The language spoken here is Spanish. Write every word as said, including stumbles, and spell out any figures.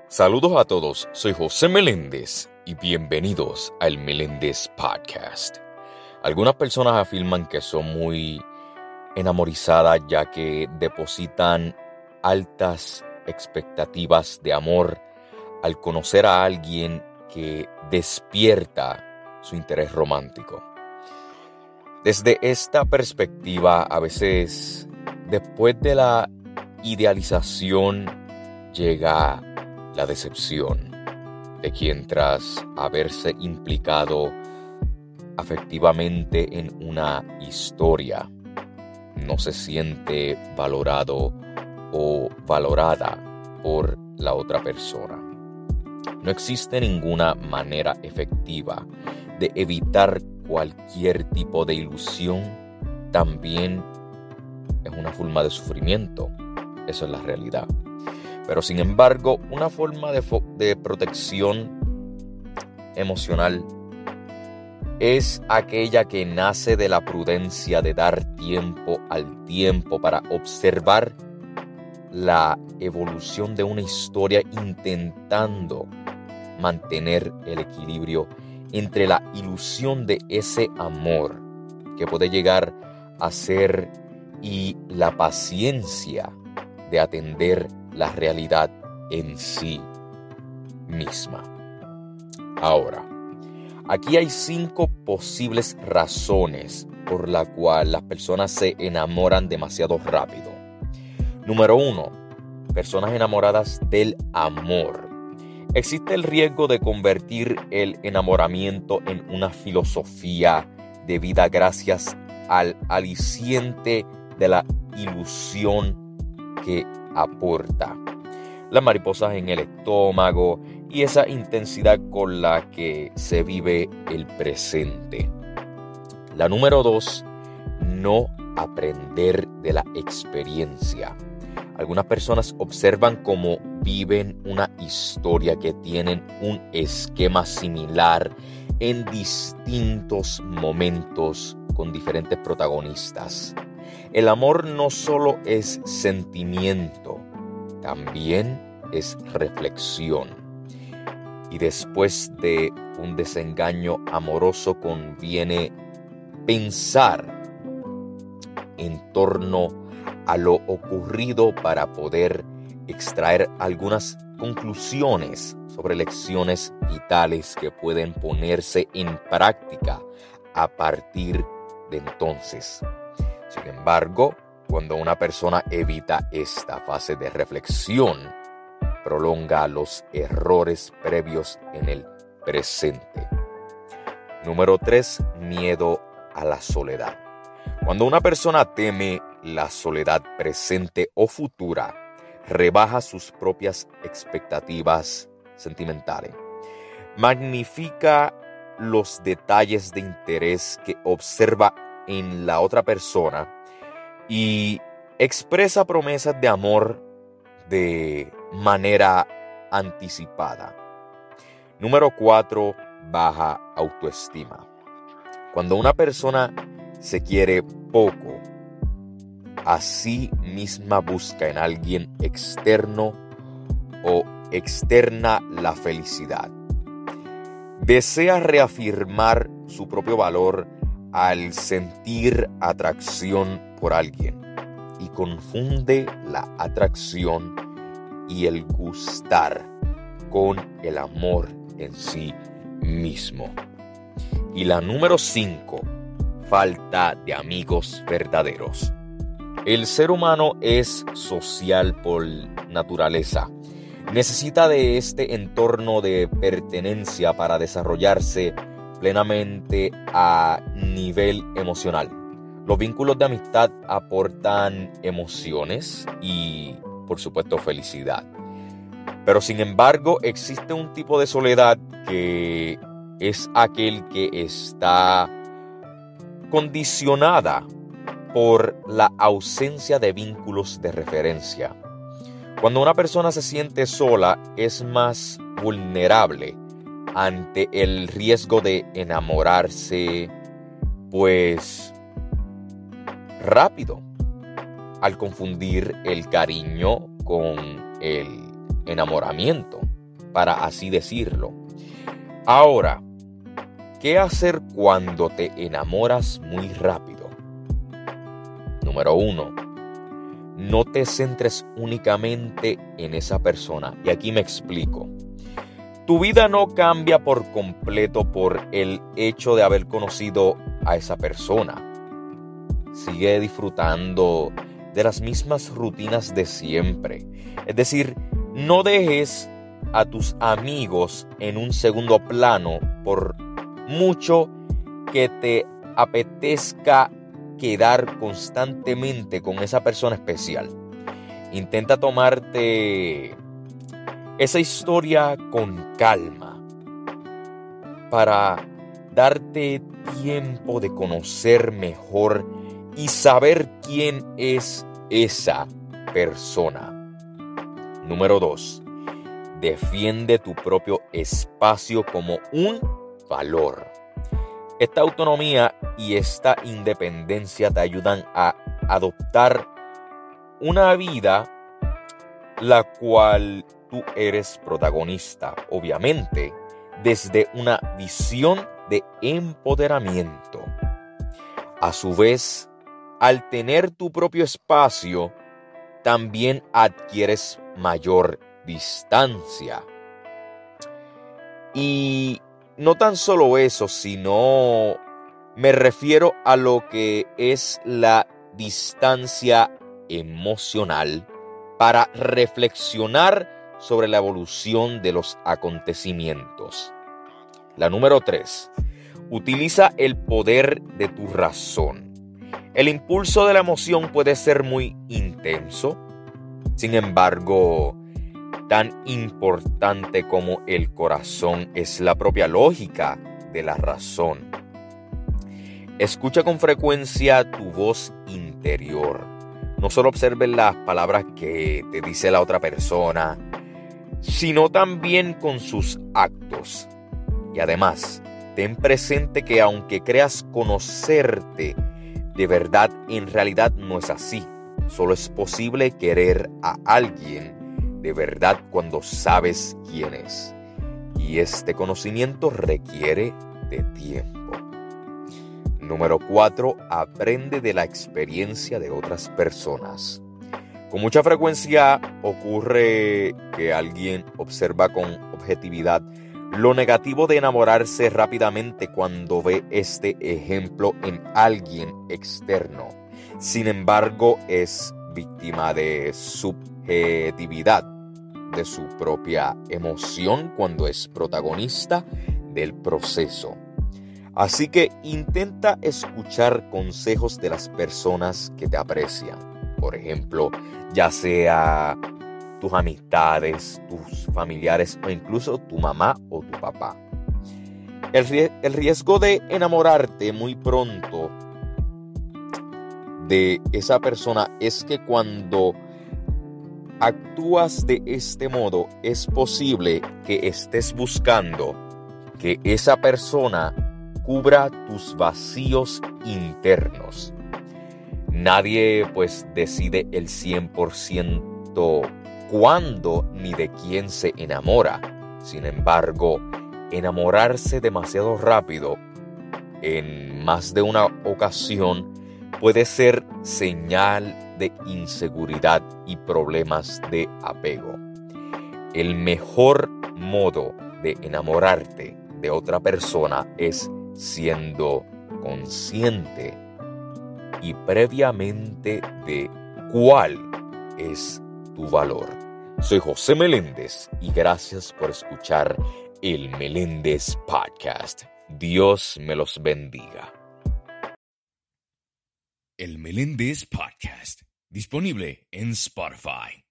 Saludos a todos, soy José Meléndez y bienvenidos al Meléndez Podcast. Algunas personas afirman que son muy enamorizadas ya que depositan altas expectativas de amor al conocer a alguien que despierta su interés romántico. Desde esta perspectiva, a veces, después de la idealización, llega la decepción de quien tras haberse implicado afectivamente en una historia no se siente valorado o valorada por la otra persona. No existe ninguna manera efectiva de evitar cualquier tipo de ilusión. También es una forma de sufrimiento. Eso es la realidad. Pero sin embargo, una forma de, fo- de protección emocional es aquella que nace de la prudencia de dar tiempo al tiempo para observar la evolución de una historia, intentando mantener el equilibrio entre la ilusión de ese amor que puede llegar a ser y la paciencia de atender la realidad en sí misma. Ahora, aquí hay cinco posibles razones por las cuales las personas se enamoran demasiado rápido. Número uno, personas enamoradas del amor. Existe el riesgo de convertir el enamoramiento en una filosofía de vida gracias al aliciente de la ilusión que aporta, las mariposas en el estómago y esa intensidad con la que se vive el presente. La número dos, no aprender de la experiencia. Algunas personas observan cómo viven una historia que tienen un esquema similar en distintos momentos con diferentes protagonistas. El amor no solo es sentimiento, también es reflexión. Y después de un desengaño amoroso conviene pensar en torno a lo ocurrido para poder extraer algunas conclusiones sobre lecciones vitales que pueden ponerse en práctica a partir de entonces. Sin embargo, cuando una persona evita esta fase de reflexión, prolonga los errores previos en el presente. Número tres, miedo a la soledad. Cuando una persona teme la soledad presente o futura, rebaja sus propias expectativas sentimentales. Magnifica los detalles de interés que observa en la otra persona y expresa promesas de amor de manera anticipada. Número cuatro, baja autoestima. Cuando una persona se quiere poco, a sí misma busca en alguien externo o externa la felicidad. Desea reafirmar su propio valor al sentir atracción por alguien y confunde la atracción y el gustar con el amor en sí mismo. Y la número cinco, falta de amigos verdaderos. El ser humano es social por naturaleza. Necesita de este entorno de pertenencia para desarrollarse plenamente a nivel emocional. Los vínculos de amistad aportan emociones y, por supuesto, felicidad. Pero, sin embargo, existe un tipo de soledad que es aquel que está condicionada por la ausencia de vínculos de referencia. Cuando una persona se siente sola, es más vulnerable ante el riesgo de enamorarse, pues rápido, al confundir el cariño con el enamoramiento. para así decirlo. Ahora, ¿qué hacer cuando te enamoras muy rápido? Número uno, no te centres únicamente en esa persona. Y aquí me explico. Tu vida no cambia por completo por el hecho de haber conocido a esa persona. Sigue disfrutando de las mismas rutinas de siempre. Es decir, no dejes a tus amigos en un segundo plano por mucho que te apetezca quedar constantemente con esa persona especial. Intenta tomarte esa historia con calma para darte tiempo de conocer mejor y saber quién es esa persona. Número dos, defiende tu propio espacio como un valor. Esta autonomía y esta independencia te ayudan a adoptar una vida la cual tú eres protagonista, obviamente, desde una visión de empoderamiento. A su vez, al tener tu propio espacio, también adquieres mayor distancia. Y no tan solo eso, sino me refiero a lo que es la distancia emocional para reflexionar sobre la evolución de los acontecimientos. La número tres, utiliza el poder de tu razón. El impulso de la emoción puede ser muy intenso, sin embargo, tan importante como el corazón es la propia lógica de la razón. Escucha con frecuencia tu voz interior. No solo observes las palabras que te dice la otra persona, sino también con sus actos. Y además, ten presente que aunque creas conocerte, de verdad en realidad no es así. Solo es posible querer a alguien de verdad cuando sabes quién es. Y este conocimiento requiere de tiempo. Número cuatro, aprende de la experiencia de otras personas. Con mucha frecuencia ocurre que alguien observa con objetividad lo negativo de enamorarse rápidamente cuando ve este ejemplo en alguien externo. Sin embargo, es víctima de subjetividad, de su propia emoción cuando es protagonista del proceso. Así que intenta escuchar consejos de las personas que te aprecian. Por ejemplo, ya sea tus amistades, tus familiares o incluso tu mamá o tu papá. El, ries- el riesgo de enamorarte muy pronto de esa persona es que cuando actúas de este modo es posible que estés buscando que esa persona cubra tus vacíos internos. Nadie pues decide el cien por ciento cuándo ni de quién se enamora. Sin embargo, enamorarse demasiado rápido en más de una ocasión puede ser señal de inseguridad y problemas de apego. El mejor modo de enamorarte de otra persona es siendo consciente y previamente de cuál es tu valor. Soy José Meléndez y gracias por escuchar el Meléndez Podcast. Dios me los bendiga. El Meléndez Podcast, disponible en Spotify.